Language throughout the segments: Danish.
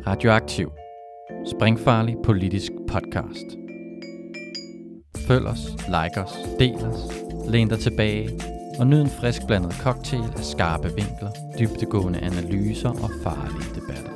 Radioaktiv. Springfarlig politisk podcast. Følg os, like os, del os, læn dig tilbage og nyd en frisk blandet cocktail af skarpe vinkler, dybdegående analyser og farlige debatter.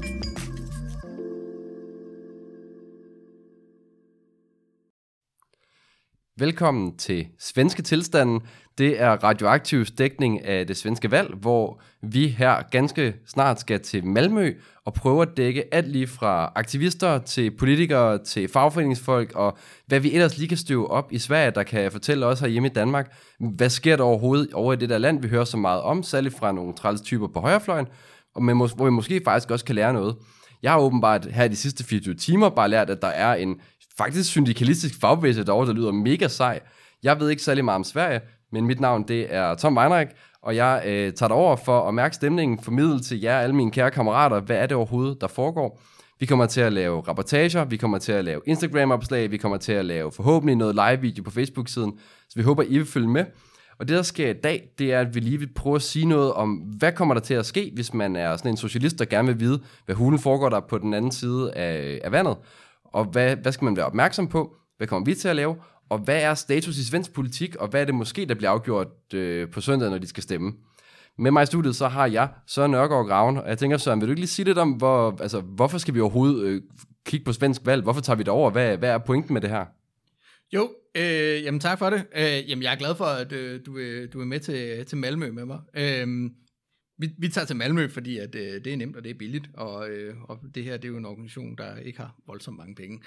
Velkommen til Svenske Tilstanden. Det er Radioaktivs dækning af det svenske valg, hvor vi her ganske snart skal til Malmø og prøve at dække alt lige fra aktivister til politikere til fagforeningsfolk og hvad vi ellers lige kan støve op i Sverige, der kan fortælle os herhjemme i Danmark. Hvad sker der overhovedet over i det der land, vi hører så meget om, særligt fra nogle træls typer på højrefløjen, hvor vi måske faktisk også kan lære noget. Jeg har åbenbart her i de sidste 24 timer bare lært, at der er en faktisk syndikalistisk fagbevægelse derovre, der lyder mega sej. Jeg ved ikke særlig meget om Sverige, men mit navn det er Tom Weinreich, og jeg tager dig over for at mærke stemningen, formidle til jer, alle mine kære kammerater, hvad er det overhovedet, der foregår. Vi kommer til at lave rapportager, vi kommer til at lave Instagram-opslag, vi kommer til at lave forhåbentlig noget live-video på Facebook-siden, så vi håber, I vil følge med. Og det, der sker i dag, det er, at vi lige vil prøve at sige noget om, hvad kommer der til at ske, hvis man er sådan en socialist, der gerne vil vide, hvad hulen foregår der på den anden side af vandet. Og hvad skal man være opmærksom på? Hvad kommer vi til at lave? Og hvad er status i svensk politik? Og hvad er det måske, der bliver afgjort på søndag, når de skal stemme? Med mig i studiet, så har jeg Søren Nørgaard Graven. Og jeg tænker, Søren, vil du ikke lige sige lidt om, hvorfor skal vi overhovedet kigge på svensk valg? Hvorfor tager vi det over? Hvad er pointen med det her? Jo, jamen tak for det. Jamen jeg er glad for, at du er med til Malmø med mig. Vi tager til Malmø, fordi at, det er nemt, og det er billigt, og det her det er jo en organisation, der ikke har voldsomt mange penge.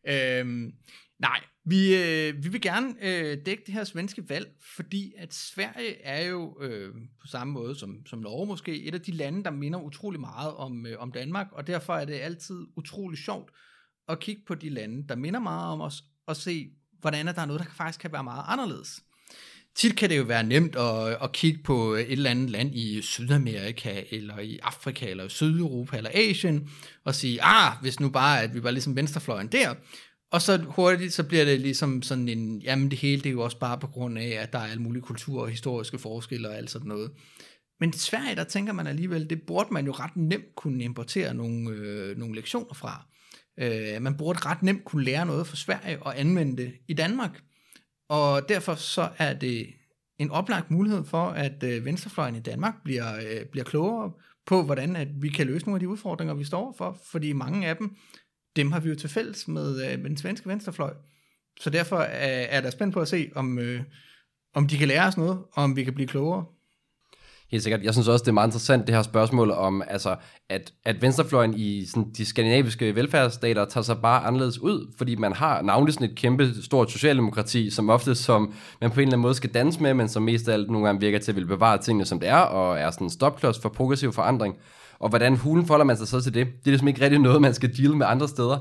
Vi vil gerne dække det her svenske valg, fordi at Sverige er jo på samme måde som Norge måske, et af de lande, der minder utrolig meget om Danmark, og derfor er det altid utrolig sjovt at kigge på de lande, der minder meget om os, og se, hvordan der er noget, der faktisk kan være meget anderledes. Tit kan det jo være nemt at kigge på et eller andet land i Sydamerika, eller i Afrika, eller i Sydeuropa, eller Asien, og sige, hvis nu bare, at vi var ligesom venstrefløjen der, og så hurtigt, så bliver det ligesom sådan en, jamen det hele, det er jo også bare på grund af, at der er alle mulige kulturer og historiske forskelle og alt sådan noget. Men i Sverige, der tænker man alligevel, det burde man jo ret nemt kunne importere nogle lektioner fra. Man burde ret nemt kunne lære noget fra Sverige og anvende det i Danmark. Og derfor så er det en oplagt mulighed for, at venstrefløjen i Danmark bliver klogere på, hvordan at vi kan løse nogle af de udfordringer, vi står for. Fordi mange af dem har vi jo til fælles med den svenske venstrefløj. Så derfor er der spændt på at se, om de kan lære os noget, og om vi kan blive klogere. Helt sikkert. Jeg synes også, det er meget interessant, det her spørgsmål om, altså, at venstrefløjen i sådan, de skandinaviske velfærdsstater tager sig bare anderledes ud, fordi man har navnlig sådan et kæmpe stort socialdemokrati, som ofte som man på en eller anden måde skal danse med, men som mest af alt nogle gange virker til at ville bevare tingene, som det er, og er sådan en stopklods for progressiv forandring. Og hvordan hulen forholder man sig så til det? Det er ligesom ikke rigtig noget, man skal deal med andre steder.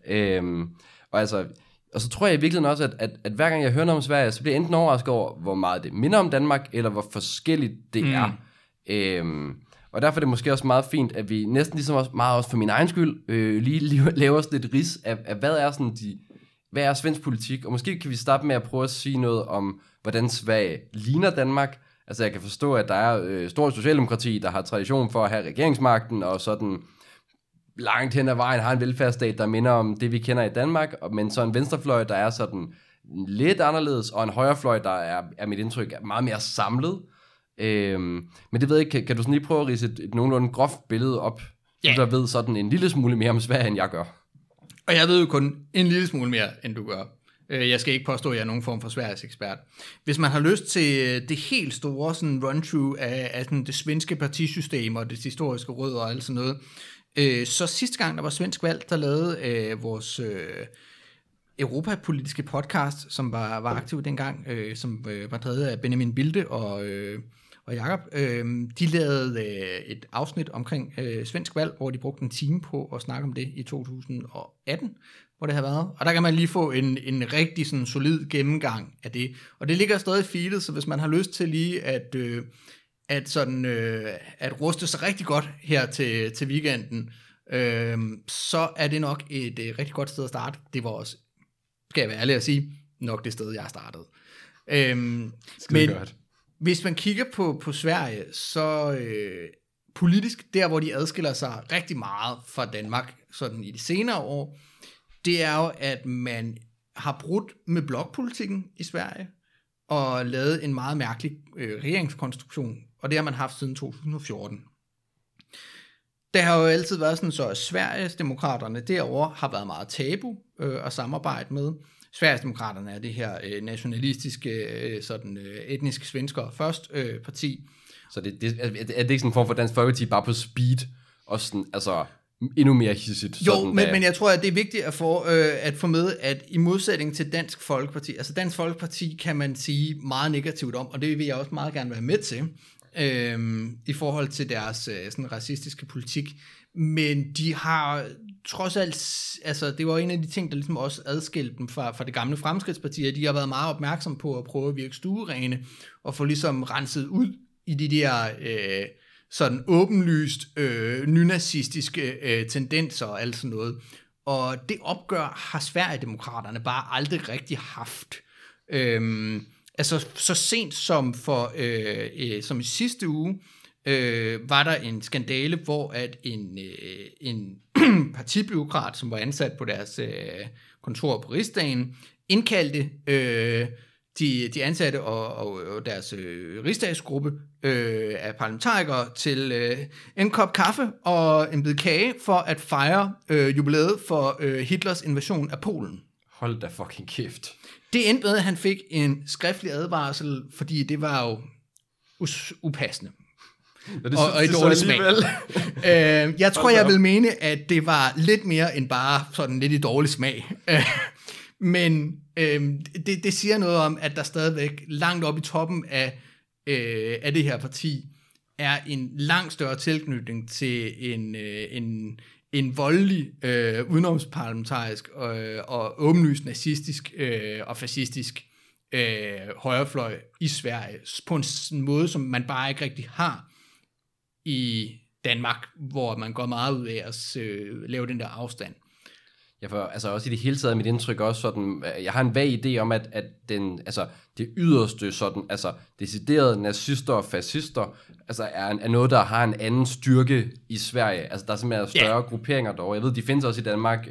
Og så tror jeg i virkeligheden også, at hver gang jeg hører noget om Sverige, så bliver jeg enten overrasket over, hvor meget det minder om Danmark, eller hvor forskelligt det er. Og derfor er det måske også meget fint, at vi næsten ligesom også, meget også for min egen skyld, lige laver os lidt rids af hvad er svensk politik? Og måske kan vi starte med at prøve at sige noget om, hvordan Sverige ligner Danmark. Altså jeg kan forstå, at der er stort socialdemokrati, der har tradition for at have regeringsmagten, og sådan langt hen ad vejen har en velfærdsstat, der minder om det, vi kender i Danmark, men så en venstrefløj, der er sådan lidt anderledes, og en højrefløj, der er mit indtryk, er meget mere samlet. Men det ved jeg ikke, kan du sådan lige prøve at ridse et nogenlunde groft billede op, så der ved sådan en lille smule mere om Sverige, end jeg gør? Og jeg ved jo kun en lille smule mere, end du gør. Jeg skal ikke påstå, at jeg er nogen form for Sveriges ekspert. Hvis man har lyst til det helt store sådan run-through af sådan det svenske partisystem og det historiske rødder og alt sådan noget, så sidste gang, der var svensk valg, der lavede vores europapolitiske podcast, som var aktiv dengang, som var drevet af Benjamin Bilde og Jakob. De lavede et afsnit omkring svensk valg, hvor de brugte en time på at snakke om det i 2018, hvor det har været. Og der kan man lige få en rigtig sådan solid gennemgang af det. Og det ligger stadig i feedet, så hvis man har lyst til lige at ruste sig rigtig godt her til weekenden, så er det nok et rigtig godt sted at starte. Det var også, skal jeg være ærlig at sige, nok det sted, jeg startede. Men hvis man kigger på Sverige, så politisk, der hvor de adskiller sig rigtig meget fra Danmark, sådan i de senere år, det er jo, at man har brudt med blokpolitikken i Sverige, og lavet en meget mærkelig regeringskonstruktion, og det har man haft siden 2014. Det har jo altid været sådan, så Sverigesdemokraterne derovre har været meget tabu at samarbejde med. Sverigesdemokraterne er det her nationalistiske, etniske svenskere først parti. Så er det ikke sådan en form for Dansk Folkeparti bare på speed, og sådan, altså endnu mere hissigt? Jo, men jeg tror, at det er vigtigt at få med, at i modsætning til Dansk Folkeparti, altså Dansk Folkeparti kan man sige meget negativt om, og det vil jeg også meget gerne være med til, i forhold til deres sådan racistiske politik. Men de har trods alt, altså det var en af de ting, der ligesom også adskilte dem fra det gamle Fremskridtsparti, at de har været meget opmærksomme på at prøve at virke stuerene, og få ligesom renset ud i de der sådan åbenlyst nynazistiske tendenser og alt sådan noget. Og det opgør har Sverigedemokraterne bare aldrig rigtig haft. Altså så sent som som i sidste uge, var der en skandale, hvor at en partibureaukrat, som var ansat på deres kontor på Rigsdagen, indkaldte de ansatte og deres rigsdagsgruppe af parlamentarikere til en kop kaffe og en bid kage for at fejre jubilæet for Hitlers invasion af Polen. Hold da fucking kæft. Det endte med, at han fik en skriftlig advarsel, fordi det var jo upassende. Og i dårlig smag. Jeg tror, jeg vil mene, at det var lidt mere end bare sådan lidt i dårlig smag. Men det siger noget om, at der stadigvæk langt oppe i toppen af det her parti er en langt større tilknytning til en voldelig, udenomsparlamentarisk og åbenlyst nazistisk og fascistisk højrefløj i Sverige, på en måde, som man bare ikke rigtig har i Danmark, hvor man går meget ud af at lave den der afstand. Ja, for altså også i det hele taget mit indtryk også sådan, jeg har en vag idé om, at det yderste sådan, altså deciderede nazister og fascister, altså er noget, der har en anden styrke i Sverige. Altså der er simpelthen større grupperinger derovre. Jeg ved, de findes også i Danmark,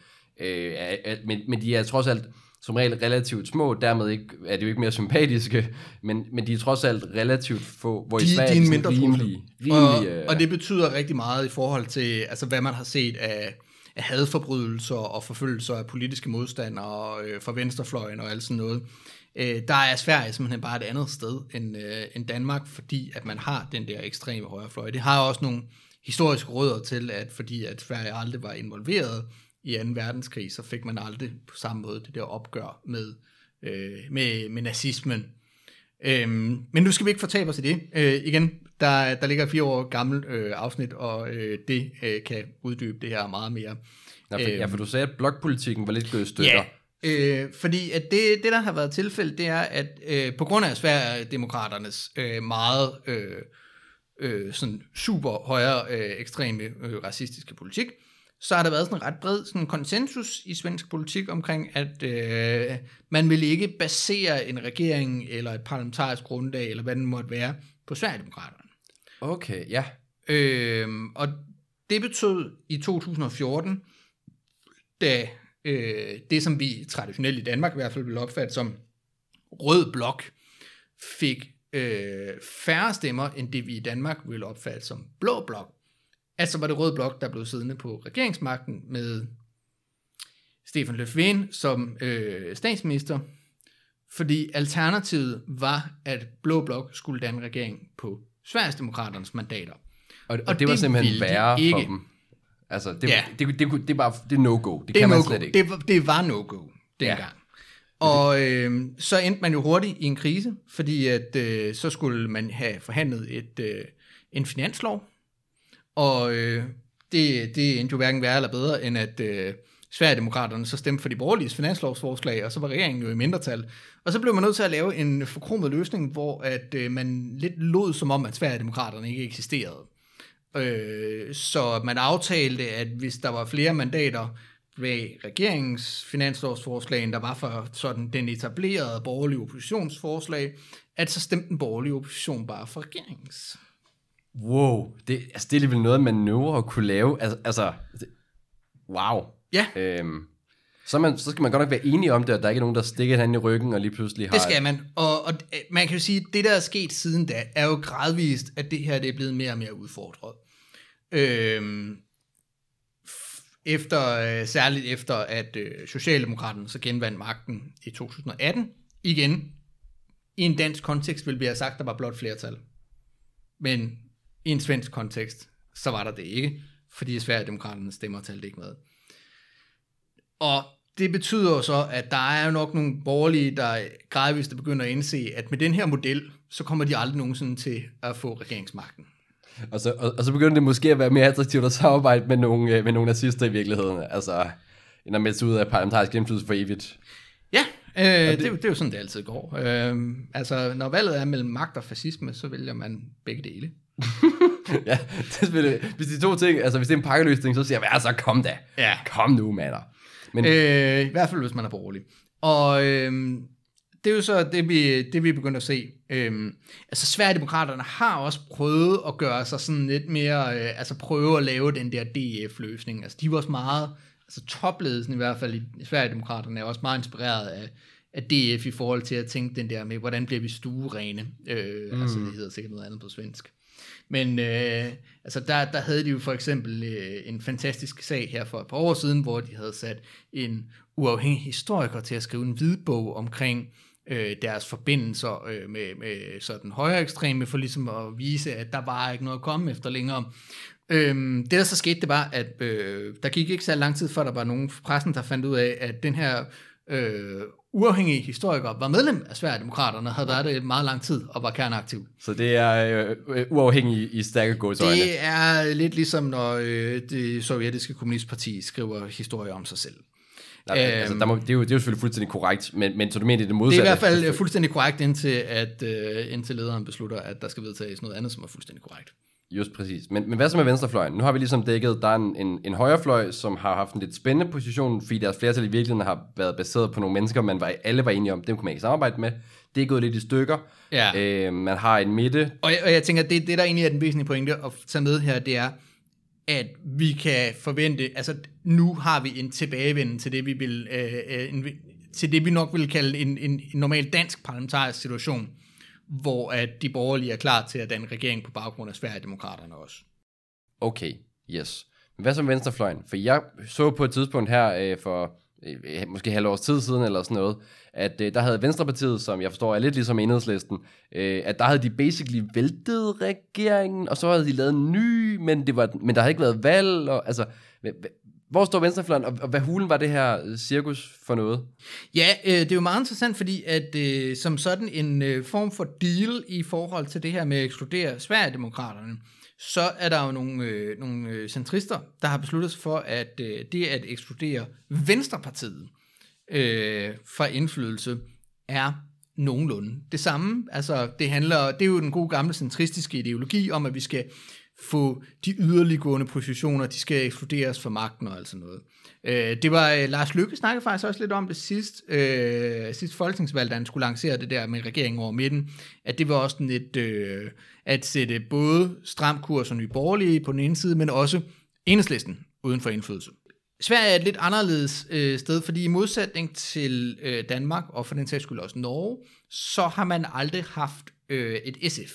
men de er trods alt som regel relativt små, dermed er de jo ikke mere sympatiske, men de er trods alt relativt få, hvor i Sverige de er mindre rimelig og det betyder rigtig meget i forhold til, altså hvad man har set af hadforbrydelser og forfølgelser af politiske modstandere fra venstrefløjen og alt sådan noget. Der er Sverige simpelthen bare et andet sted end Danmark, fordi at man har den der ekstreme højrefløj. Det har også nogle historiske rødder til, at fordi at Sverige aldrig var involveret i 2. verdenskrig, så fik man aldrig på samme måde det der opgør med nazismen. Men nu skal vi ikke fortabe os i det. Igen, der ligger 4 år gammelt afsnit, og det kan uddybe det her meget mere. For du sagde, at blokpolitikken var lidt gået i stykker. Ja, fordi at det, der har været tilfældet, det er, at på grund af Sverigedemokraternes meget sådan super højre ekstreme racistiske politik, så har der været sådan en ret bred sådan konsensus i svensk politik omkring, at man vil ikke basere en regering eller et parlamentarisk grundlag, eller hvad det måtte være, på Sverigedemokraterne. Okay, ja. Og det betød i 2014, da det, som vi traditionelt i Danmark i hvert fald vil opfatte som rød blok, fik færre stemmer, end det vi i Danmark vil opfatte som blå blok. Altså var det rød blok, der blev siddende på regeringsmagten med Stefan Löfven som statsminister, fordi alternativet var, at blå blok skulle danne regering på Sverigesdemokraternes mandater. Og det var simpelthen værre for dem. Altså, det er no-go. Det kan man slet ikke. Det var no-go dengang. Ja. Og så endte man jo hurtigt i en krise, fordi at så skulle man have forhandlet en finanslov, og det endte jo hverken værre eller bedre, end at Sverigedemokraterne så stemte for de borgerliges finanslovsforslag, og så var regeringen jo i mindretal. Og så blev man nødt til at lave en forkromet løsning, hvor at man lidt lod som om, at Sverigedemokraterne ikke eksisterede. Så man aftalte, at hvis der var flere mandater ved regeringens finanslovsforslag, end der var for sådan den etablerede borgerlige oppositionsforslag, at så stemte den borgerlige opposition bare for regeringens. Wow, det er alligevel noget, man nu har kunne lave. Wow. Ja. Så skal man godt nok være enige om det, at der ikke er nogen, der stikker hinanden i ryggen, og lige pludselig har... Det skal man, og man kan jo sige, at det, der er sket siden da, er jo gradvist, at det her det er blevet mere og mere udfordret. Særligt efter, at Socialdemokraterne så genvandt magten i 2018. Igen, i en dansk kontekst ville vi have sagt, at der var blot flertal. Men i en svensk kontekst, så var der det ikke, fordi Sverigedemokraternes stemmer talte ikke med. Og det betyder jo så, at der er jo nok nogle borgerlige, der gradvist begynder at indse, at med den her model, så kommer de aldrig nogensinde til at få regeringsmagten. Og så begynder det måske at være mere attraktivt at samarbejde med nogle nazister i virkeligheden, end at melde sig ud af parlamentarisk indflydelse for evigt. Ja, det er jo sådan, det altid går. Når valget er mellem magt og fascisme, så vælger man begge dele. Ja, hvis de to ting, hvis det er en pakkeløsning, så siger jeg, så kom da. Ja. Kom nu, mander. Men... I hvert fald, hvis man er borgerlig. Og det er jo så det vi begynder at se. Sverigedemokraterne har også prøvet at gøre sig sådan lidt mere, prøve at lave den der DF-løsning. De var også meget, topledelsen i hvert fald i Sverigedemokraterne er også meget inspireret af DF i forhold til at tænke den der med, hvordan bliver vi stuerene. Det hedder sikkert noget andet på svensk. Men der havde de jo for eksempel en fantastisk sag her for et par år siden, hvor de havde sat en uafhængig historiker til at skrive en hvidbog omkring deres forbindelser med sådan højere ekstreme, for ligesom at vise, at der var ikke noget at komme efter længere. Det der så skete, det var, at der gik ikke så lang tid, før der var nogen fra pressen, der fandt ud af, at den her uafhængige historiker var medlem af Sverigedemokraterne, havde været det meget lang tid og var kerneaktiv. Så det er uafhængigt i stærke gåseøjne? Det er lidt ligesom, når det sovjetiske kommunistparti skriver historier om sig selv. Nej, det er jo selvfølgelig fuldstændig korrekt, men så du mener det modsatte? Det er i hvert fald fuldstændig korrekt, indtil lederen beslutter, at der skal vedtages noget andet, som er fuldstændig korrekt. Just præcis. Men hvad så med venstrefløjen? Nu har vi ligesom dækket, der er en højrefløj, som har haft en lidt spændende position, fordi deres flertal i virkeligheden har været baseret på nogle mennesker, alle var enige om, dem kunne man ikke samarbejde med. Det er gået lidt i stykker. Ja. Man har en midte. Og jeg tænker, det der egentlig er den væsentlige pointe at tage med her, det er, at vi kan forvente, nu har vi en tilbagevenden til det, vi vil, til det, vi nok vil kalde en normal dansk parlamentarisk situation, hvor at de borgerlige er klar til at danne regering på baggrund af Sverigedemokraterne også. Okay, yes. Men hvad så med venstrefløjen? For jeg så på et tidspunkt her for måske halvt års tid siden eller sådan noget, at der havde Venstrepartiet, som jeg forstår er lidt ligesom Enhedslisten, at der havde de basically væltet regeringen, og så havde de lavet en ny, men der havde ikke været valg, og hvor står venstrefløjen, og hvad hulen var det her cirkus for noget? Ja, det er jo meget interessant, fordi at som sådan en form for deal i forhold til det her med at ekskludere Sverigedemokraterne, så er der jo nogle centrister, der har besluttet sig for, at det at ekskludere Venstrepartiet fra indflydelse er nogenlunde det samme. Det er jo den gode gamle centristiske ideologi om, at vi skal få de yderliggående positioner, de skal ekskluderes fra magten og alt sådan noget. Det var Lars Løkke snakkede faktisk også lidt om det sidste folketingsvalg, da han skulle lancere det der med regeringen over midten, at det var også lidt at sætte både stram kurs og Nye Borgerlige på den ene side, men også Enhedslisten uden for indflydelse. Sverige er et lidt anderledes sted, fordi i modsætning til Danmark, og for den sags skyld også Norge, så har man aldrig haft et SF.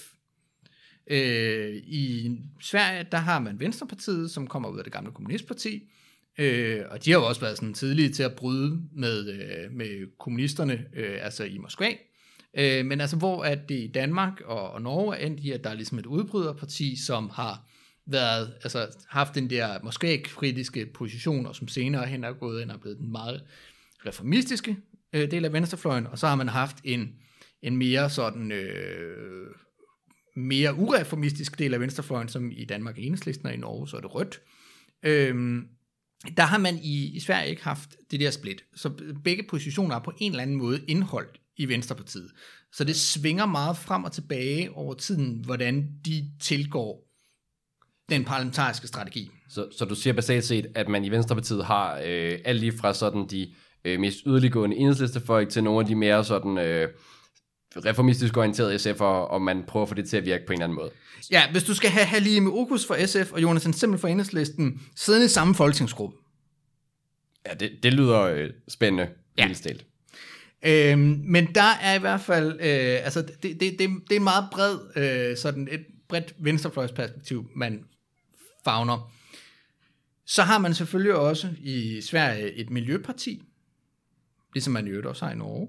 I Sverige, der har man Venstrepartiet, som kommer ud af det gamle kommunistparti, og de har jo også været sådan tidlige til at bryde med kommunisterne, i Moskva. Men hvor at det i Danmark og Norge er endt i, at der er ligesom et udbryderparti, som har været, haft den der Moskva-kritiske position, og som senere hen er gået ind og blevet den meget reformistiske del af venstrefløjen, og så har man haft en mere sådan mere ureformistisk del af venstrefløjen, som i Danmark er Enhedslisten, og i Norge så er det rødt. Der har man i Sverige ikke haft det der split, så begge positioner er på en eller anden måde indholdt i Venstrepartiet. Så det svinger meget frem og tilbage over tiden, hvordan de tilgår den parlamentariske strategi. Så du siger basalt set, at man i Venstrepartiet har alt lige fra sådan de mest yderliggående enhedslistefolk til nogle af de mere sådan reformistisk orienteret SF'er, og man prøver at få det til at virke på en eller anden måde. Ja, hvis du skal have Halime Oguz fra SF og Jonas Simmel fra Enhedslisten siddende i samme folketingsgruppe. Ja, det lyder spændende. Ja. Men der er i hvert fald, altså det er en meget bred, sådan et bredt venstrefløjsperspektiv, man favner. Så har man selvfølgelig også i Sverige et miljøparti, ligesom man i øvrigt også har i Norge.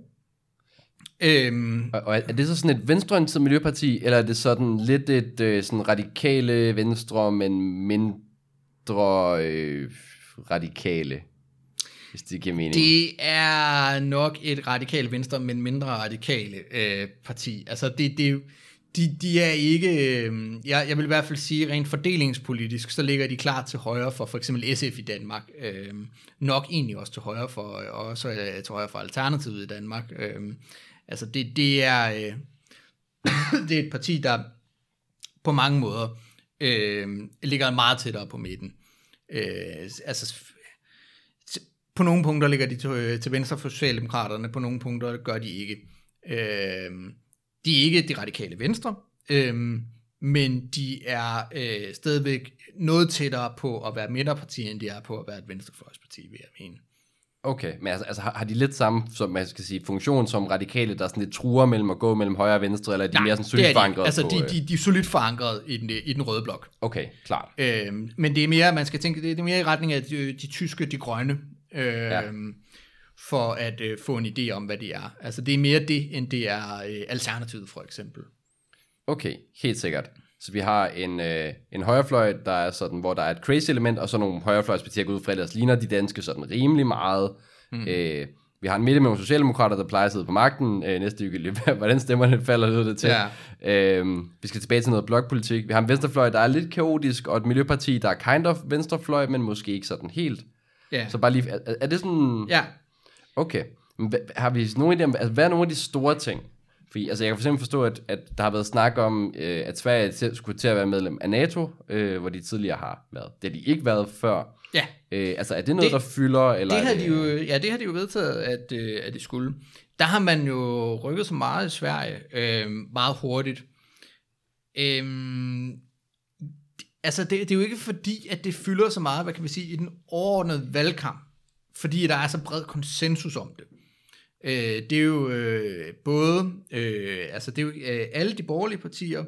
Og er det så sådan et venstreorienteret miljøparti, eller er det sådan lidt et sådan radikale venstre, men mindre radikale, hvis det giver mening? Det er nok et radikale venstre, men mindre radikale parti. Altså de er ikke, jeg vil i hvert fald sige rent fordelingspolitisk, så ligger de klar til højre for eksempel SF i Danmark. Nok egentlig også til højre for Alternativet i Danmark. Altså det er et parti, der på mange måder ligger meget tættere på midten. Altså på nogle punkter ligger de til venstre for Socialdemokraterne, på nogle punkter gør de ikke. De er ikke de radikale venstre, men de er stadigvæk noget tættere på at være midterparti, end de er på at være et venstrefløjsparti, vil jeg mene. Okay, men altså har de lidt samme, som man skal sige, funktion som radikale, der sådan lidt truer mellem at gå mellem højre og venstre, eller er de mere sådan solidt forankret? Altså de er solidt forankret i den røde blok. Okay, klart. Men det er mere, man skal tænke, det er mere i retning af de tyske, de grønne, for at få en idé om, hvad det er. Altså det er mere det, end det er Alternativet for eksempel. Okay, helt sikkert. Så vi har en højrefløj, der er sådan, hvor der er et crazy element, og så nogle højrefløjspartier går ud fra, ellers ligner de danske sådan rimelig meget. Vi har en midte med nogle socialdemokrater, der plejer at sidde på magten næste uge. Hvordan stemmerne falder lyder det til. Ja. Vi skal tilbage til noget blokpolitik. Vi har en venstrefløj, der er lidt kaotisk, og et miljøparti, der er kind of venstrefløj, men måske ikke sådan helt. Ja. Så bare lige, er det sådan... Ja. Okay. Men har vi nogle idé om, altså, hvad er nogle af de store ting? Fordi, altså, jeg kan for eksempel forstå, at der har været snak om, at Sverige skulle til at være medlem af NATO, hvor de tidligere har været. Det har de ikke været før. Ja. Altså, er det noget, der fylder? Eller det har de jo vedtaget, at de skulle. Der har man jo rykket så meget i Sverige, meget hurtigt. Altså, det er jo ikke fordi, at det fylder så meget, hvad kan vi sige, i den overordnede valgkamp, fordi der er så bred konsensus om det. Det er jo både, altså det er jo alle de borgerlige partier,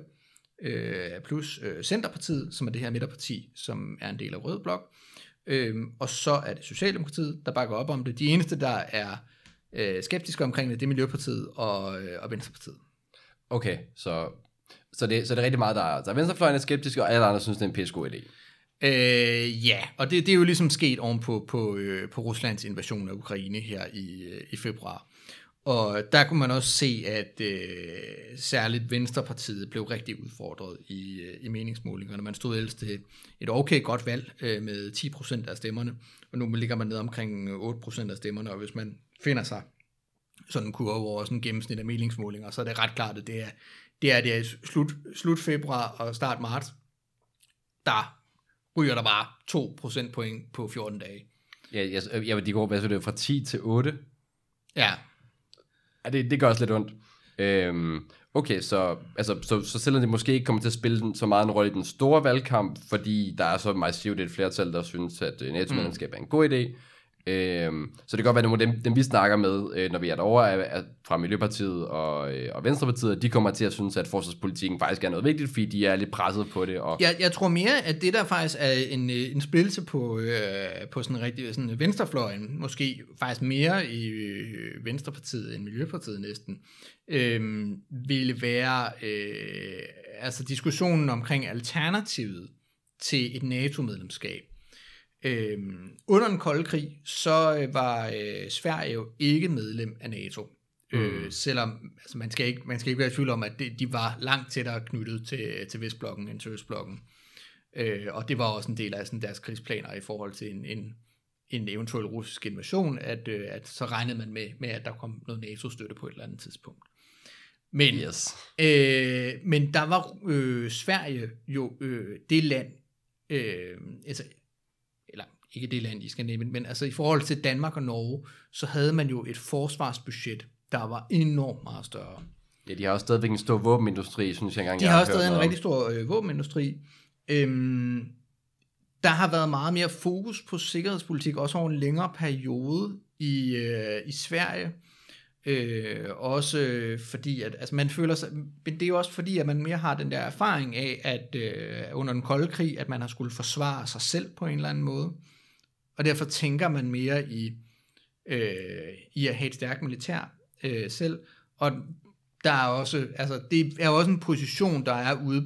plus Centerpartiet, som er det her midterparti, som er en del af Rød Blok, og så er det Socialdemokratiet, der bakker op om det. De eneste, der er skeptiske omkring det er Miljøpartiet og Venstrepartiet. Okay, så det er rigtig meget, der er venstrefløjen er skeptiske, og alle andre synes, det er en pissegod idé. Ja, og det er jo ligesom sket ovenpå på Ruslands invasion af Ukraine her i februar. Og der kunne man også se, at særligt Venstrepartiet blev rigtig udfordret i meningsmålingerne. Man stod ellers til et okay godt valg med 10% af stemmerne, og nu ligger man ned omkring 8% af stemmerne, og hvis man finder sig sådan en kurve over sådan en gennemsnit af meningsmålinger, så er det ret klart, at det er slut februar og start marts, der ryger der bare 2 procentpoint på 14 dage. Ja, de går det fra 10 til 8. Ja. Det gør også lidt ondt. Okay, så selvom det måske ikke kommer til at spille så meget en rolle i den store valgkamp, fordi der er så massivt et flertal, der synes, at NATO-medlemskab er en god idé. Så det kan godt være, at dem vi snakker med, når vi er derovre, er fra Miljøpartiet og Venstrepartiet, de kommer til at synes, at forsvarspolitikken faktisk er noget vigtigt, fordi de er lidt presset på det. Og jeg tror mere, at det der faktisk er en splittelse på sådan rigtig sådan venstrefløjen, måske faktisk mere i Venstrepartiet end Miljøpartiet næsten, ville være altså diskussionen omkring alternativet til et NATO-medlemskab. Under den kolde krig, så var Sverige jo ikke medlem af NATO. Selvom altså man skal ikke være i tvivl om, at de var langt tættere knyttet til Vestblokken end til Østblokken. Og det var også en del af sådan deres krigsplaner i forhold til en eventuel russisk invasion, at så regnede man med, at der kom noget NATO-støtte på et eller andet tidspunkt. Men, yes. Men der var Sverige jo det land, altså eller ikke det land i Skandinavien, men altså i forhold til Danmark og Norge, så havde man jo et forsvarsbudget, der var enormt meget større. Ja, de har også stadigvæk en stor våbenindustri, synes jeg engang. De har også stadig en rigtig stor våbenindustri. Der har været meget mere fokus på sikkerhedspolitik, også over en længere periode i Sverige. Også fordi, at altså man føler sig, men det er jo også fordi, at man mere har den der erfaring af, at under den kolde krig, at man har skulle forsvare sig selv på en eller anden måde. Og derfor tænker man mere i at have et stærkt militær selv. Og der er også, altså det er også en position, der er ude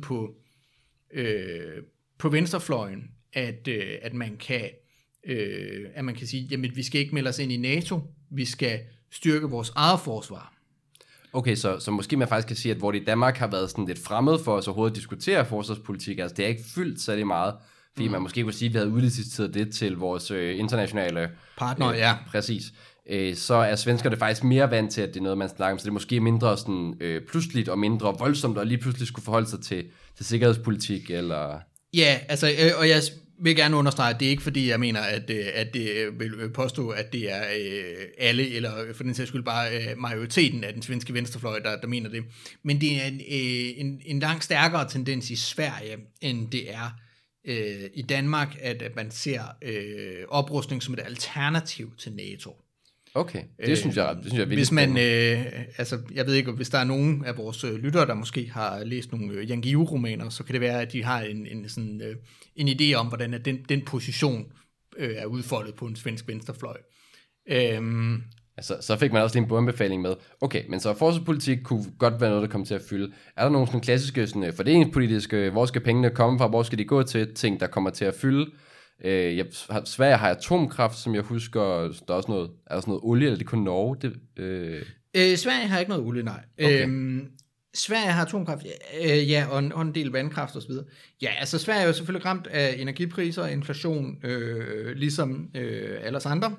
på venstrefløjen, at man kan sige, jamen vi skal ikke melde os ind i NATO, vi skal styrke vores eget forsvar. Okay, så måske man faktisk kan sige, at hvor det i Danmark har været sådan lidt fremmed for os overhovedet at diskutere forsvarspolitik, altså det er ikke fyldt særlig meget, fordi man måske kunne sige, at vi havde udliciteret det til vores internationale partner, ja. Præcis. Så er svenskerne faktisk mere vant til, at det er noget, man snakker om, så det er måske mindre sådan pludseligt og mindre voldsomt, og lige pludselig skulle forholde sig til sikkerhedspolitik, eller... Ja, altså, og jeg vil gerne understrege, at det er ikke fordi, jeg mener, at det vil påstå, at det er alle, eller for den sags skyld bare majoriteten af den svenske venstrefløj, der mener det. Men det er en langt stærkere tendens i Sverige, end det er i Danmark, at man ser oprustning som et alternativ til NATO. Okay, det synes jeg virkelig. Hvis man, altså, jeg ved ikke, hvis der er nogen af vores lyttere, der måske har læst nogle Jan Guillou-romaner, så kan det være, at de har en idé om, hvordan at den position er udfoldet på en svensk venstrefløj. Altså, så fik man også lige en boganbefaling med. Okay, men så forsvarspolitik kunne godt være noget, der kommer til at fylde. Er der nogle sådan klassiske sådan, fordelingspolitiske, hvor skal pengene komme fra, hvor skal de gå til, ting, der kommer til at fylde? Sverige har atomkraft, som jeg husker, der er også noget, olie, eller det er kun Norge? Sverige har ikke noget olie, nej. Okay. Sverige har atomkraft, ja, og en del vandkraft osv. Ja, altså Sverige er jo selvfølgelig ramt af energipriser og inflation, ligesom alle os andre.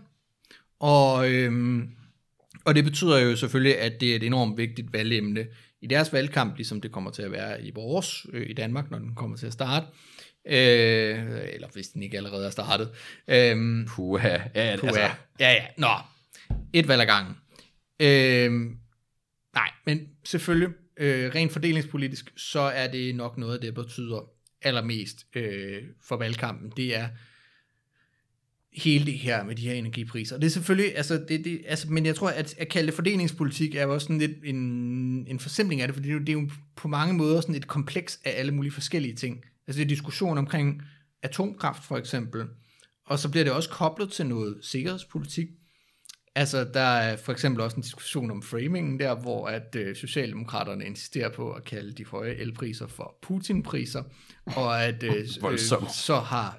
Og det betyder jo selvfølgelig, at det er et enormt vigtigt valgemne i deres valgkamp, ligesom det kommer til at være i vores, i Danmark, når den kommer til at starte. Eller hvis den ikke allerede er startet. Puha. Altså. Ja. Nå, et valg ad gangen. Nej, men selvfølgelig, rent fordelingspolitisk, så er det nok noget af det, der betyder allermest for valgkampen. Det er hele det her med de her energipriser. Det er selvfølgelig, altså, men jeg tror, at kalde det fordelingspolitik er jo også sådan lidt en forsimpling af det, fordi det er jo på mange måder sådan et kompleks af alle mulige forskellige ting. Altså det er diskussion omkring atomkraft for eksempel, og så bliver det også koblet til noget sikkerhedspolitik. Altså der er for eksempel også en diskussion om framingen der, hvor at Socialdemokraterne insisterer på at kalde de høje elpriser for Putin-priser, og at så har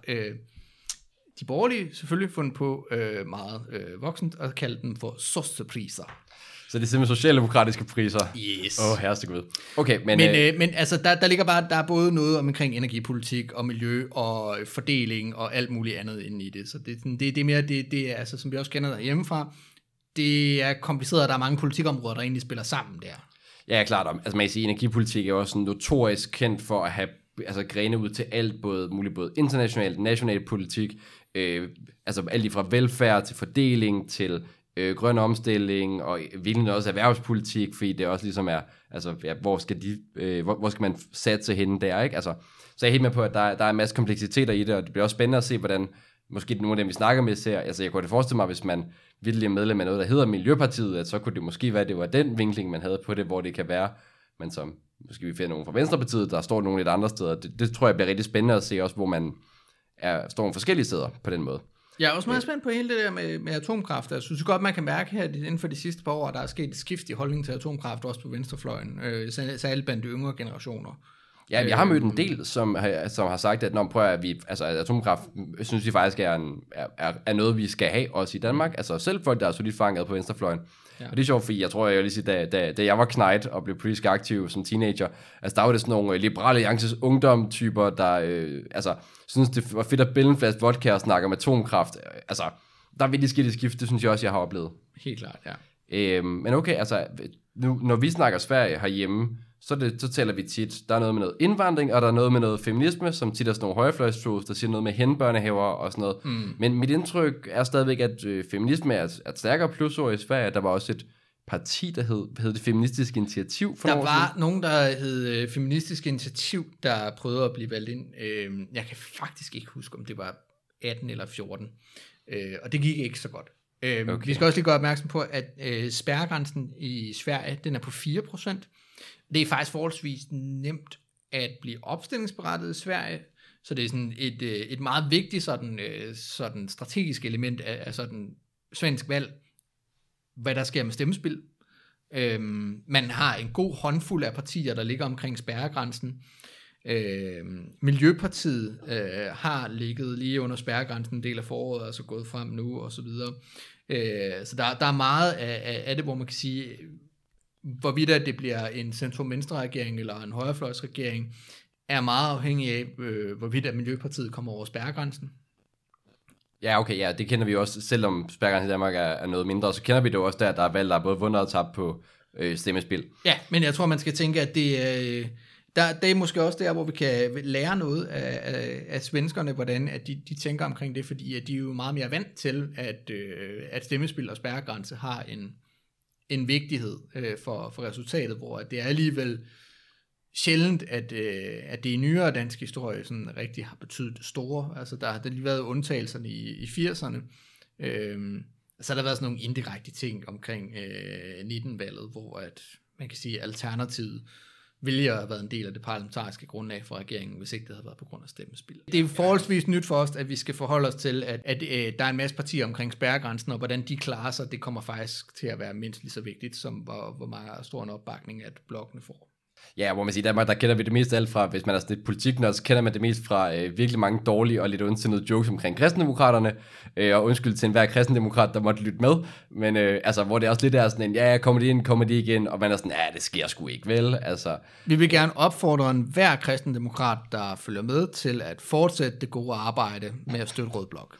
de borgerlige selvfølgelig fundet på meget voksent at kalde dem for sossepriser. Så det er simpelthen socialdemokratiske priser? Yes. Herregud. Okay, men altså, der ligger bare, der er både noget omkring energipolitik og miljø og fordeling og alt muligt andet inde i det. Så det er mere, det er, altså, som vi også kender der hjemmefra, det er kompliceret, og der er mange politikområder, der egentlig spiller sammen der. Ja, klart. Altså man kan sige, energipolitik er også sådan notorisk kendt for at have grene ud til alt, både internationalt, national politik, altså alt lige fra velfærd til fordeling til grøn omstilling og virkelig også erhvervspolitik, fordi det også ligesom er, altså ja, hvor skal man satse henne der, ikke? Altså, så jeg er helt med på, at der er en masse kompleksiteter i det, og det bliver også spændende at se, hvordan måske nogle af dem, vi snakker med, ser, altså jeg kunne det forestille mig, hvis man virkelig er medlem af noget, der hedder Miljøpartiet, at så kunne det måske være, at det var den vinkling, man havde på det, hvor det kan være, men som måske vi finder nogen fra Venstrepartiet, der står nogle lidt andre steder. Det tror jeg bliver rigtig spændende at se også, hvor man står nogle forskellige steder på den måde. Jeg er også meget spændt på hele det der med atomkraft. Jeg synes godt, man kan mærke her inden for de sidste par år, der er sket et skift i holdning til atomkraft, også på venstrefløjen, særligt blandt de yngre generationer. Ja, jeg har mødt en del, som har sagt, at atomkraft synes vi faktisk er noget, vi skal have også i Danmark. Altså selv folk, der er solidt fanget på venstrefløjen. Ja. Og det er sjovt, fordi jeg tror, jeg vil sige, da jeg var knægt og blev politisk aktiv som teenager, altså der var det sådan nogle liberale alliances ungdom-typer, der synes det var fedt at bælge en flaske vodka og snakke om atomkraft. Altså, der er virkelig skidt et skift, det synes jeg også, jeg har oplevet. Helt klart, ja. Men okay, altså, nu, når vi snakker Sverige herhjemme, så taler vi tit, der er noget med noget indvandring, og der er noget med noget feminisme, som tit er sådan nogle højrefløjstros, der siger noget med henbørnehaver og sådan noget. Men mit indtryk er stadigvæk, at feminisme er et stærkere plusord i Sverige. Der var også et parti, der hed det Feministisk Initiativ for Der nogle år var siden. nogen, der hed Feministisk Initiativ, der prøvede at blive valgt ind. Jeg kan faktisk ikke huske, om det var 18 eller 14. Og det gik ikke så godt. Okay. Vi skal også lige gøre opmærksom på, at spærregrænsen i Sverige, den er på 4%. Det er faktisk forholdsvis nemt at blive opstillingsberettiget i Sverige, så det er sådan et meget vigtigt sådan strategisk element af sådan svensk valg, hvad der sker med stemmespil. Man har en god håndfuld af partier, der ligger omkring spærregrænsen. Miljøpartiet har ligget lige under spærregrænsen en del af foråret, altså gået frem nu og så videre. Så der er meget af det, hvor man kan sige, hvorvidt at det bliver en centrum-venstre-regering eller en højrefløjsregering, er meget afhængig af, hvorvidt at Miljøpartiet kommer over spærregrænsen. Ja, okay, ja, det kender vi også, selvom spærregrænsen i Danmark er noget mindre, så kender vi det også der er valg, der er både vundet og tabt på stemmespil. Ja, men jeg tror, man skal tænke, at det er måske også der, hvor vi kan lære noget af svenskerne, hvordan at de tænker omkring det, fordi at de er jo meget mere vant til, at stemmespil og spærregrænse har en vigtighed for resultatet, hvor det er alligevel sjældent, at det i nyere dansk historie sådan rigtig har betydet det store. Altså der har lige været undtagelserne i 80'erne. Så har der været sådan nogle indirekte ting omkring 19-valget, hvor at man kan sige, at Alternativet ville have været en del af det parlamentariske grundlag for regeringen, hvis ikke det havde været på grund af stemmespil. Det er forholdsvis nyt for os, at vi skal forholde os til, at der er en masse partier omkring spærregrænsen, og hvordan de klarer sig, det kommer faktisk til at være mindst lige så vigtigt, som hvor meget stor en opbakning, at blokkene får. Ja, hvor man siger, i Danmark, der kender vi det mest af alt fra, hvis man er sådan lidt politiknørd, så kender man det mest fra virkelig mange dårlige og lidt ondsindede jokes omkring kristendemokraterne, og undskyld til enhver kristendemokrat, der måtte lytte med, men altså, hvor det også lidt er sådan en, ja, kommer de igen, og man er sådan, ja, det sker sgu ikke, vel, altså. Vi vil gerne opfordre enhver kristendemokrat, der følger med, til at fortsætte det gode arbejde med at støtte Rød Blok.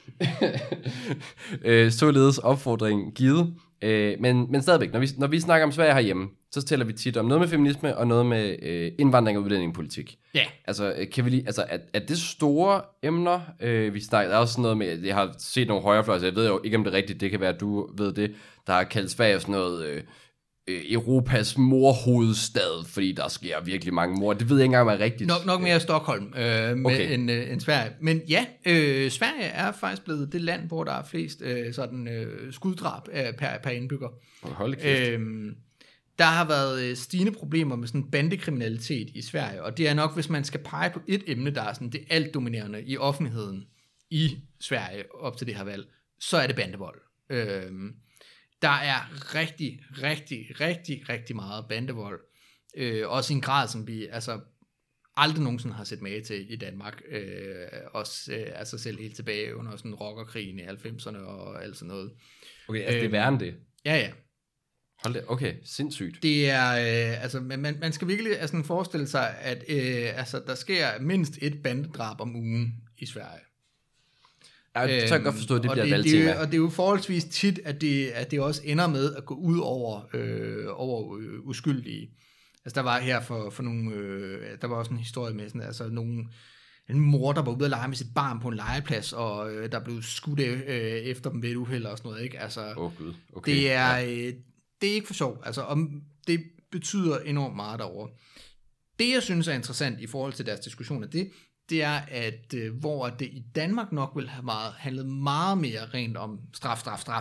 Således opfordring givet. Men stadigvæk, når vi snakker om Sverige herhjemme, så taler vi tit om noget med feminisme og noget med indvandring og udlændingepolitik. Ja. Altså, kan vi lige, altså, er det store emner, vi snakker? Der er også sådan noget med, jeg har set nogle højrefløjer, så jeg ved jo ikke, om det er rigtigt, det kan være, at du ved det, der har kaldt Sverige sådan noget Europas morhovedstad, fordi der sker virkelig mange mord. Det ved jeg ikke engang, er rigtigt. Nok mere Stockholm end Sverige. Men ja, Sverige er faktisk blevet det land, hvor der er flest skuddrab per indbygger. Hold kæft. Der har været stigende problemer med sådan bandekriminalitet i Sverige, og det er nok, hvis man skal pege på et emne, der er sådan det alt dominerende i offentligheden i Sverige op til det her valg, så er det bandevold. Der er rigtig, rigtig, rigtig, rigtig meget bandevold. Også i en grad, som vi aldrig nogensinde har set mage til i Danmark. Også selv helt tilbage under sådan rockerkrigen i 90'erne og alt sådan noget. Okay, altså det er værre end det? Ja. Hold det, okay, sindssygt. Det er, man skal virkelig forestille sig, at der sker mindst et bandedrab om ugen i Sverige. Ja, så kan jeg godt forstå, at det bliver et valgtema. Og det er jo forholdsvis tit, at det også ender med at gå ud over uskyldige. Altså der var her for nogle, der var også en historie med sådan, en mor, der var ude at lege med sit barn på en legeplads, og der blev skudt efter dem ved et uheld og sådan noget, ikke? Altså, Gud. Okay. Det er ikke for sjov, og det betyder enormt meget derovre. Det, jeg synes er interessant i forhold til deres diskussion af det er, at hvor det i Danmark nok vil have handlet meget mere rent om straf,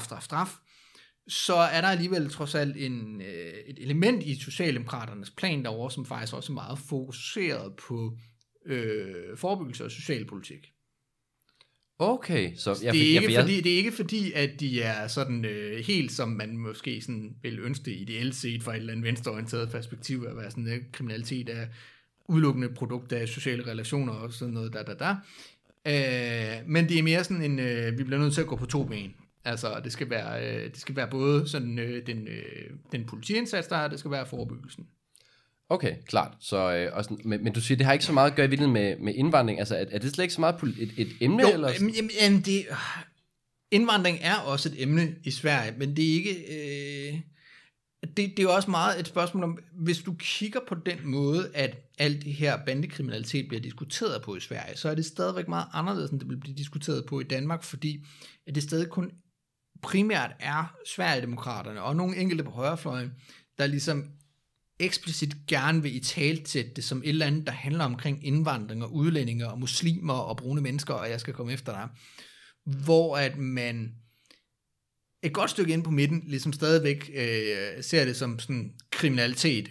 så er der alligevel trods alt et element i Socialdemokraternes plan derovre, som faktisk også er meget fokuseret på forebyggelse og socialpolitik. Okay, så det er ikke fordi, at de er sådan helt som man måske sådan vil ønske det ideelt set fra et eller andet venstreorienteret perspektiv, at være sådan kriminalitet af udelukkende produkt af sociale relationer og sådan noget men det er mere sådan en vi bliver nødt til at gå på to ben. Altså det skal være både sådan den politiindsats der er, det skal være forebyggelsen. Okay, klart. Så men du siger det har ikke så meget at gøre i virkeligheden med indvandring. Altså er det slet ikke så meget et emne jo, eller? Jamen indvandring er også et emne i Sverige, men det er ikke det er jo også meget et spørgsmål om, hvis du kigger på den måde, at alt det her bandekriminalitet bliver diskuteret på i Sverige, så er det stadigvæk meget anderledes, end det vil blive diskuteret på i Danmark, fordi at det stadig kun primært er Sverigedemokraterne og nogle enkelte på højrefløjen, der ligesom eksplicit gerne vil italesætte det som et eller andet, der handler omkring indvandring og udlændinge og muslimer og brune mennesker, og jeg skal komme efter dig. Hvor at man et godt stykke ind på midten ligesom stadigvæk ser det som sådan kriminalitet.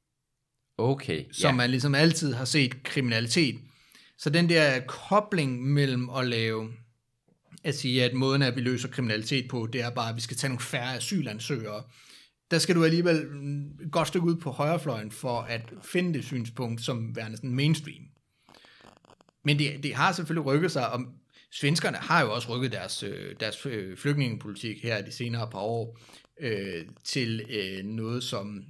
Okay. Som man ligesom altid har set kriminalitet. Så den der kobling mellem at sige, at måden, at vi løser kriminalitet på, det er bare, at vi skal tage nogle færre asylansøgere. Der skal du alligevel et godt stykke ud på højrefløjen for at finde det synspunkt som værende sådan mainstream. Men det har selvfølgelig rykket sig, og svenskerne har jo også rykket deres flygtningepolitik her de senere par år til noget, som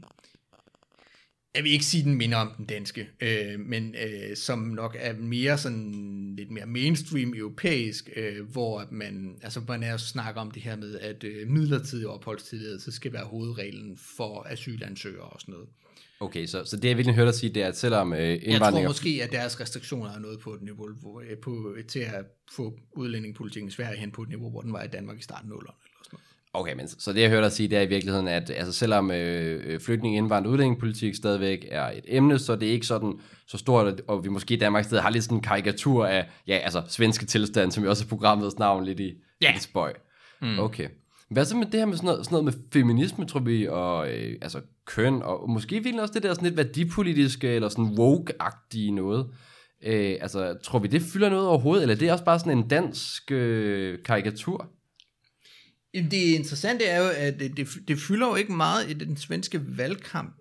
jeg vil ikke sige, den minder om den danske, men som nok er mere sådan lidt mere mainstream europæisk, hvor man er snakker om det her med, at midlertidig opholdstilladelse skal være hovedreglen for asylansøgere og sådan noget. Okay, så det jeg virkelig hørte dig sige, det er, at selvom indvandring... Jeg tror måske, at deres restriktioner er noget på et niveau, til at få udlændingepolitikken i Sverige hen på et niveau, hvor den var i Danmark i starten af 00'erne. Okay, men så det jeg hørte dig sige, det er i virkeligheden, at altså, selvom flygtning, indvandring og udlændingepolitik stadigvæk er et emne, så det er ikke sådan så stort, og vi måske i Danmark stadig har lidt sådan en karikatur af, svenske tilstand, som jo også er programmets navn lidt i spøj. Okay. Hvad så med det her med sådan noget med feminisme, tror vi, og køn, og måske virkelig også det der sådan lidt værdipolitiske, eller sådan woke-agtige noget. Tror vi, det fylder noget overhovedet, eller det er også bare sådan en dansk karikatur? Det interessante er jo, at det fylder jo ikke meget i den svenske valgkamp,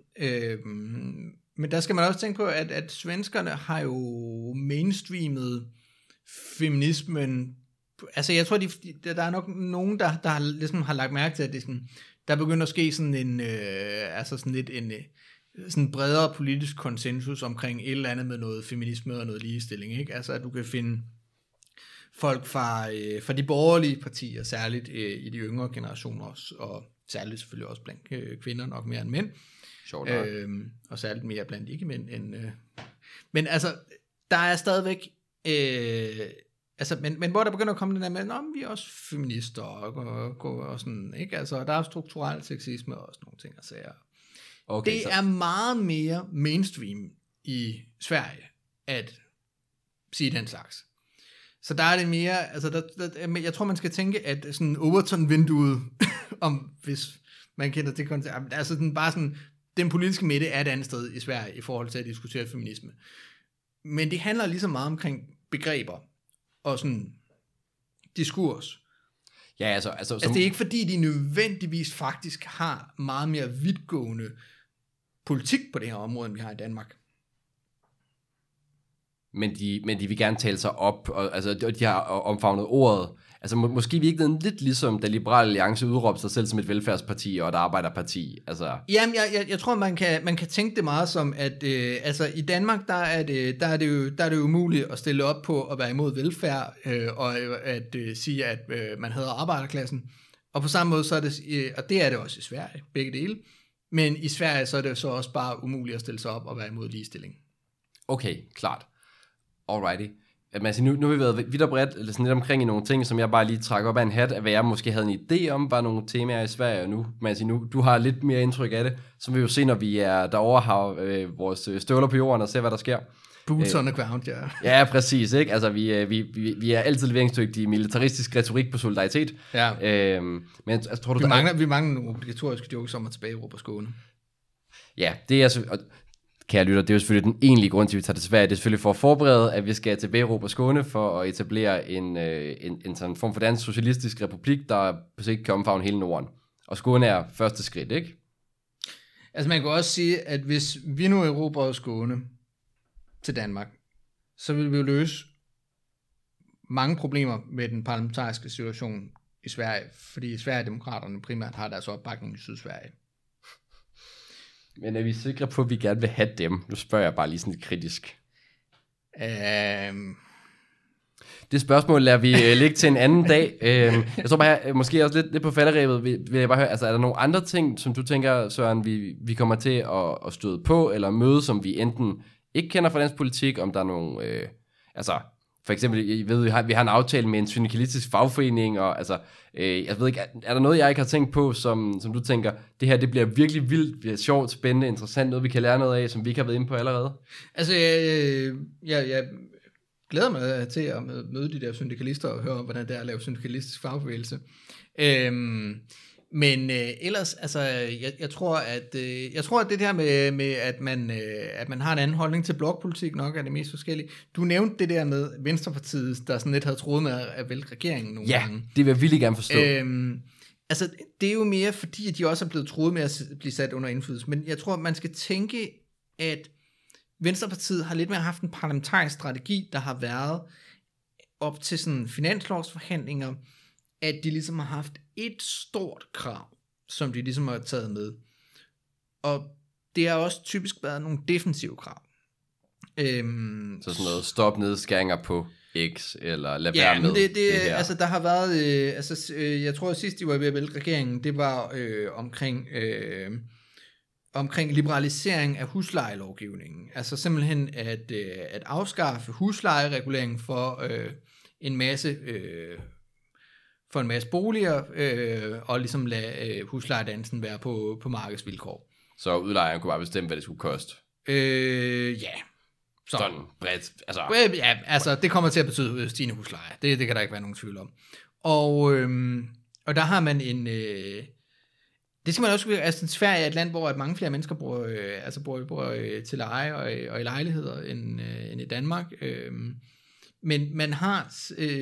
men der skal man også tænke på, at svenskerne har jo mainstreamet feminismen. Altså jeg tror, der er nok nogen, der ligesom har lagt mærke til, at det sådan, der begynder at ske sådan en, sådan bredere politisk konsensus omkring et eller andet med noget feminisme og noget ligestilling, ikke? Altså at du kan finde folk fra de borgerlige partier, særligt i de yngre generationer, og særligt selvfølgelig også blandt kvinder, nok mere end mænd, og særligt mere blandt ikke-mænd end... Men altså, der er stadigvæk... men hvor der begynder at komme den der med, vi er også feminister, og sådan, ikke? Altså, der er strukturel sexisme og sådan nogle ting at sige. Okay, det er meget mere mainstream i Sverige, at sige den slags. Så der er det mere, jeg tror man skal tænke, at sådan Overton-vinduet, hvis man kender det koncept, altså den, bare sådan, den politiske midte er et andet sted i Sverige, i forhold til at diskutere feminisme. Men det handler lige så meget omkring begreber, og sådan diskurs. Ja, altså det er ikke fordi, de nødvendigvis faktisk har meget mere vidtgående politik på det her område, end vi har i Danmark. Men de vil gerne tale sig op, og de har omfavnet ordet. Altså måske virker det lidt ligesom, da Liberal Alliance udråbte sig selv som et velfærdsparti og et arbejderparti. Altså. Jamen, jeg tror, man kan tænke det meget som, at i Danmark, der er det jo umuligt at stille op på at være imod velfærd, og at sige, at man hader arbejderklassen. Og på samme måde, så er det, og det er det også i Sverige, begge dele. Men i Sverige, så er det så også bare umuligt at stille sig op og være imod ligestilling. Okay, klart. Alrighty. Nu har vi været vidt og bredt eller sådan lidt omkring i nogle ting, som jeg bare lige trækker op af en hat, af hvad jeg måske havde en idé om, var nogle temaer i Sverige, og nu du har lidt mere indtryk af det, så vil vi jo se, når vi er derovre, har vores støvler på jorden og ser, hvad der sker. Boots on the ground, ja. Ja, præcis, ikke? Altså, vi er altid leveringsdygtige i militaristisk retorik på solidaritet. Ja. Men altså, tror du, vi mangler nogle obligatoriske jokes om at tilbage i Skåne. Ja, det er altså... Kære lytter, det er jo selvfølgelig den egentlige grund til, at vi tager det til Sverige. Det er selvfølgelig for at forberede, at vi skal til Europa og Skåne for at etablere en sådan form for dansk socialistisk republik, der på sigt kan omfavne hele Norden. Og Skåne er første skridt, ikke? Altså man kan også sige, at hvis vi nu erobrer Skåne til Danmark, så vil vi jo løse mange problemer med den parlamentariske situation i Sverige, fordi Sverigedemokraterne primært har deres opbakning i Sydsverige. Men er vi sikre på, at vi gerne vil have dem? Nu spørger jeg bare lige sådan lidt kritisk. Det spørgsmål lader vi ligge til en anden dag. Jeg tror bare, måske også lidt på falderæbet, vil jeg bare høre, altså er der nogle andre ting, som du tænker, Søren, vi kommer til at støde på, eller møde, som vi enten ikke kender fra dansk politik, om der er nogle, For eksempel, jeg ved, vi har en aftale med en syndikalistisk fagforening, og altså, jeg ved ikke, er der noget, jeg ikke har tænkt på, som du tænker, det her, det bliver virkelig vildt, bliver sjovt, spændende, interessant, noget vi kan lære noget af, som vi ikke har været inde på allerede? Altså, jeg glæder mig til at møde de der syndikalister og høre, hvordan det er at lave syndikalistisk fagbevægelse. Men ellers, altså, jeg tror, at det der med at man har en anden holdning til blokpolitik nok er det mest forskellige. Du nævnte det der med Venstrepartiet, der sådan lidt havde troet med at vælge regeringen nogle gange. Det vil jeg virkelig gerne forstå. Altså, det er jo mere fordi, at de også er blevet troet med at blive sat under indflydelse. Men jeg tror, at man skal tænke, at Venstrepartiet har lidt mere haft en parlamentarisk strategi, der har været op til sådan finanslovsforhandlinger, at de ligesom har haft et stort krav, som de ligesom har taget med. Og det har også typisk været nogle defensive krav. Så sådan noget, stop nedskæringer på X, eller lad være med det her. Altså der har været, jeg tror sidst de var ved at vælge regeringen, det var omkring liberalisering af huslejelovgivningen. Altså simpelthen at afskaffe huslejereguleringen for en masse boliger, og ligesom lade huslejedansen være på markedsvilkår. Så udlejeren kunne bare bestemme, hvad det skulle koste? Ja. Sådan bredt. Ja, altså det kommer til at betyde stigende husleje. Det kan der ikke være nogen tvivl om. Og der har man en... det skal man også... Altså Sverige er et land, hvor at mange flere mennesker bor til leje og i lejligheder end i Danmark. Men man har,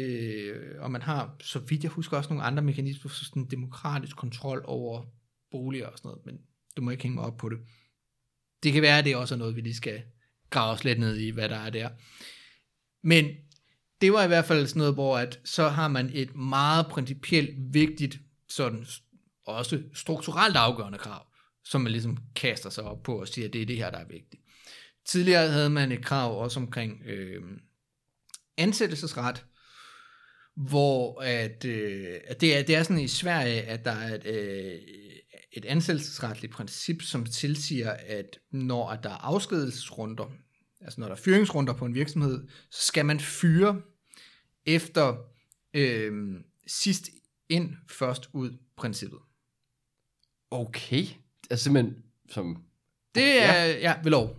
så vidt jeg husker, også nogle andre mekanismer for sådan demokratisk kontrol over boliger og sådan noget, men du må ikke hænge mig op på det. Det kan være, at det også er noget, vi lige skal grave os lidt ned i, hvad der er der. Men det var i hvert fald sådan noget, hvor at så har man et meget principielt vigtigt, sådan også strukturelt afgørende krav, som man ligesom kaster sig op på og siger, at det er det her, der er vigtigt. Tidligere havde man et krav også omkring ansættelsesret, hvor at det er sådan i Sverige, at der er et ansættelsesretligt princip, som tilsiger, at når der er afskedelsesrunder, altså når der er fyringsrunder på en virksomhed, så skal man fyre efter sidst ind, først ud princippet. Okay. Altså simpelthen som... Det er, ved lov.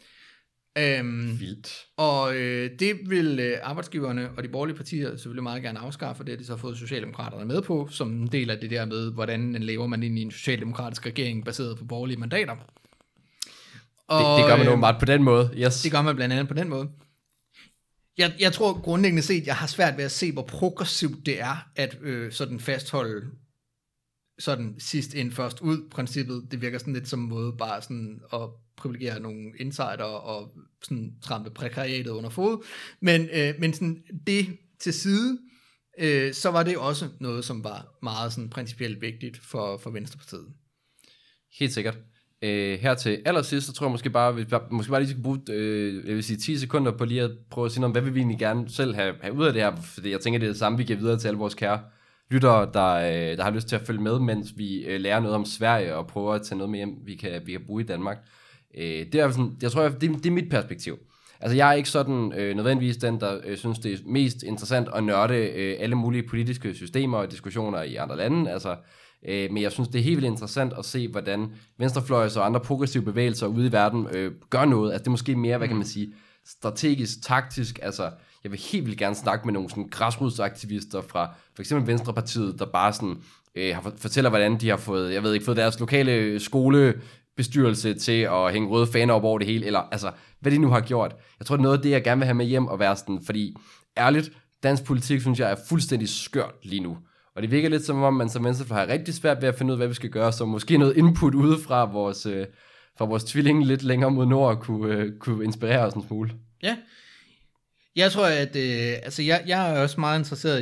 Vildt. Og det vil arbejdsgiverne og de borgerlige partier selvfølgelig meget gerne afskaffe. Det har de så fået Socialdemokraterne med på, som en del af det der med, hvordan lever man ind i en socialdemokratisk regering baseret på borgerlige mandater. Og, det gør man åbenbart på den måde. Yes. Det gør man blandt andet på den måde. Jeg tror grundlæggende set, jeg har svært ved at se, hvor progressivt det er, at sådan fastholde sådan sidst ind, først ud princippet. Det virker sådan lidt som en måde bare sådan at privilegere nogle insider og sådan trampe prekariatet under fod. Men sådan det til side, så var det også noget, som var meget sådan principielt vigtigt for Venstrepartiet. Helt sikkert. Her til allersidst, så tror jeg måske bare lige skal bruge 10 sekunder på lige at prøve at sige noget om, hvad vil vi egentlig gerne selv have ud af det her, fordi jeg tænker, det er det samme, vi giver videre til alle vores kære lyttere, der har lyst til at følge med, mens vi lærer noget om Sverige og prøver at tage noget med hjem, vi kan bruge i Danmark. Det er sådan, jeg tror, det er mit perspektiv. Altså jeg er ikke sådan nødvendigvis den, der synes, det er mest interessant at nørde alle mulige politiske systemer og diskussioner i andre lande, altså, men jeg synes, det er helt vildt interessant at se, hvordan venstrefløjs og andre progressive bevægelser ude i verden gør noget. Altså det er måske mere, hvad kan man sige, strategisk, taktisk, altså jeg vil helt vildt gerne snakke med nogle sådan græsrodsaktivister fra for eksempel Venstrepartiet, der bare sådan fortæller, hvordan de har fået deres lokale skolebestyrelse til at hænge røde faner op over det hele, eller altså, hvad de nu har gjort. Jeg tror, det er noget af det, jeg gerne vil have med hjem og være sådan, fordi ærligt, dansk politik, synes jeg, er fuldstændig skørt lige nu. Og det virker lidt som om, man som venstrefløj har rigtig svært ved at finde ud af, hvad vi skal gøre, så måske noget input udefra fra vores tvilling lidt længere mod nord kunne inspirere os en smule. Ja, jeg tror, at jeg er også meget interesseret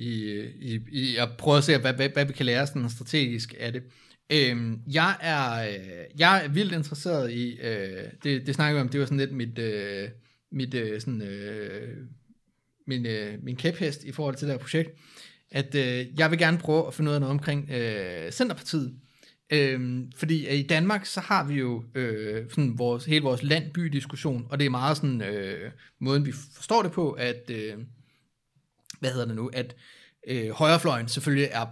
i at prøve at se, hvad vi kan lære sådan strategisk af det. Jeg er vildt interesseret i, det snakker vi om, det var sådan lidt min kæphest i forhold til det her projekt, at jeg vil gerne prøve at finde ud af noget omkring Centerpartiet. Fordi i Danmark, så har vi jo sådan hele vores land-by-diskussion, og det er meget sådan, måden vi forstår det på, at, at højrefløjen selvfølgelig er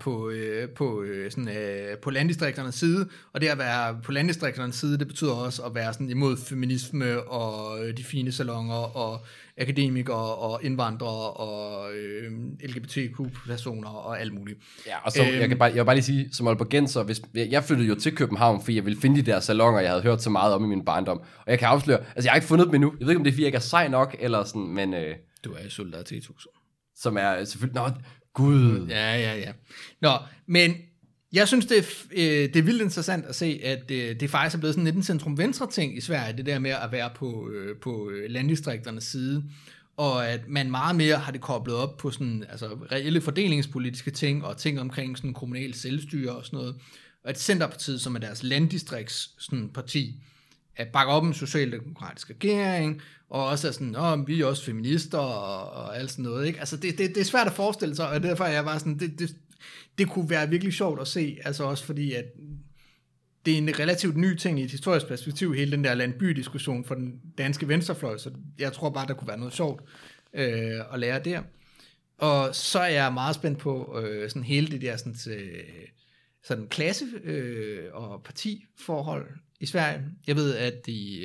på landdistrikternes side, og det at være på landdistrikternes side, det betyder også at være sådan imod feminisme og de fine salonger og akademikere og indvandrere og LGBTQ-personer og alt muligt. Ja, og så jeg vil bare lige sige, som aalborgenser, hvis jeg flyttede jo til København, fordi jeg ville finde de der salonger, jeg havde hørt så meget om i min barndom. Og jeg kan afsløre, altså jeg har ikke fundet dem endnu. Jeg ved ikke, om det er, fordi jeg ikke er sej nok, eller sådan, men... Du er i Solidaritetshuset. Som er selvfølgelig... Nå, gud. Ja. Nå, men jeg synes, det er vildt interessant at se, at det faktisk er blevet sådan lidt en centrum-venstre-ting i Sverige, det der med at være på landdistrikternes side, og at man meget mere har det koblet op på sådan, altså reelle fordelingspolitiske ting, og ting omkring sådan kommunal selvstyre og sådan noget, og at Centerpartiet, som er deres landdistrikts sådan parti, at bakke op en socialdemokratisk regering, og også er sådan, vi er også feminister og alt sådan noget, ikke? Altså det er svært at forestille sig, og derfor er jeg bare sådan, det kunne være virkelig sjovt at se, altså også fordi, at det er en relativt ny ting i et historisk perspektiv, hele den der land-by-diskussion for den danske venstrefløj, så jeg tror bare, der kunne være noget sjovt at lære der. Og så er jeg meget spændt på sådan hele det der sådan klasse- og partiforhold i Sverige. Jeg ved, at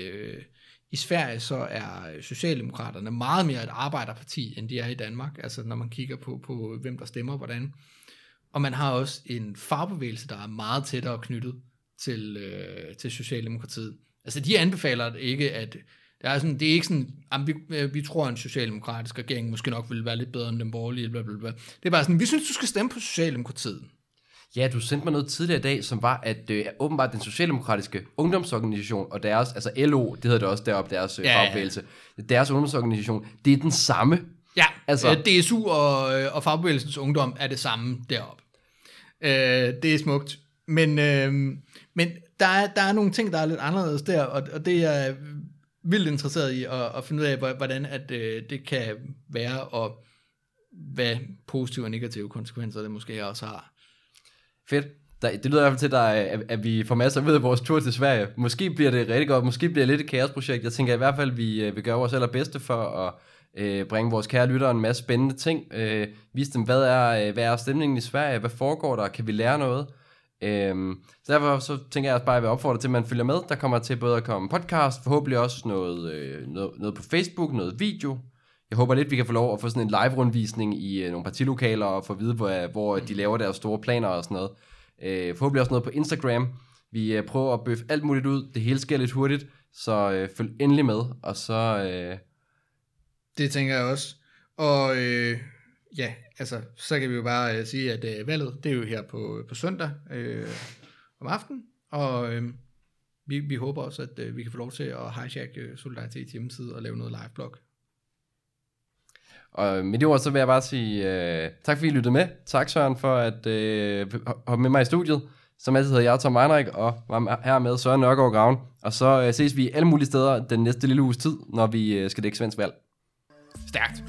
i Sverige så er Socialdemokraterne meget mere et arbejderparti, end de er i Danmark, altså når man kigger på hvem der stemmer hvordan. Og man har også en fagbevægelse, der er meget tættere knyttet til Socialdemokratiet. Altså de anbefaler ikke, at det er ikke sådan, vi tror, en socialdemokratisk regering måske nok ville være lidt bedre end den borgerlige, blablabla. Det er bare sådan, vi synes, du skal stemme på Socialdemokratiet. Ja, du sendte mig noget tidligere i dag, som var, at åbenbart den socialdemokratiske ungdomsorganisation og deres, altså LO, det hedder det også deroppe, deres fagbevægelse, deres ungdomsorganisation, det er den samme. Ja, altså, DSU og fagbevægelsens ungdom er det samme deroppe. Det er smukt. Men der er nogle ting, der er lidt anderledes der, og det er jeg vildt interesseret i at finde ud af, hvordan at det kan være, og hvad positive og negative konsekvenser det måske også har. Fedt. Det lyder i hvert fald til, at vi får masser ud af vores tur til Sverige. Måske bliver det rigtig godt, måske bliver det lidt et kaosprojekt. Jeg tænker i hvert fald, at vi vil gøre vores allerbedste for at bringe vores kære lyttere en masse spændende ting. Vise dem, hvad er stemningen i Sverige, hvad foregår der, kan vi lære noget? Så derfor så tænker jeg også bare, at jeg vil opfordre til, at man følger med. Der kommer til både at komme podcast, forhåbentlig også noget på Facebook, noget video. Jeg håber lidt, vi kan få lov at få sådan en live-rundvisning i nogle partilokaler, og få at vide, hvor de laver deres store planer og sådan noget. Forhåbentlig også noget på Instagram. Vi prøver at bøffe alt muligt ud. Det hele sker lidt hurtigt, så følg endelig med. Og så... Det tænker jeg også. Og altså, så kan vi jo bare sige, at valget, det er jo her på søndag om aftenen. Og vi håber også, at vi kan få lov til at hijack Solidaritet hjemmeside og lave noget live-blog. Og med det ord, så vil jeg bare sige tak fordi I lyttede med. Tak Søren for at hoppe med mig i studiet. Som altid hedder jeg Tom Heinrich, og var her med Søren Nørgaard Graven. Og så ses vi alle mulige steder den næste lille uges tid, når vi skal dække svensk valg. Stærkt.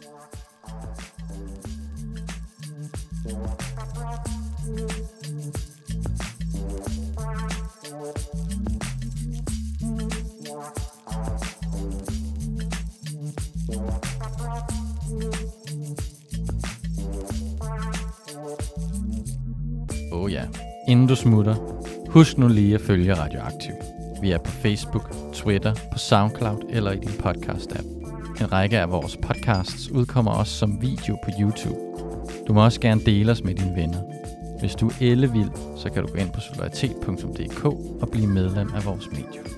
Ja. Inden du smutter, husk nu lige at følge Radioaktiv. Vi er på Facebook, Twitter, på SoundCloud eller i din podcast-app. En række af vores podcasts udkommer også som video på YouTube. Du må også gerne dele os med dine venner. Hvis du er ellevild, så kan du gå ind på solidaritet.dk og blive medlem af vores mediehus.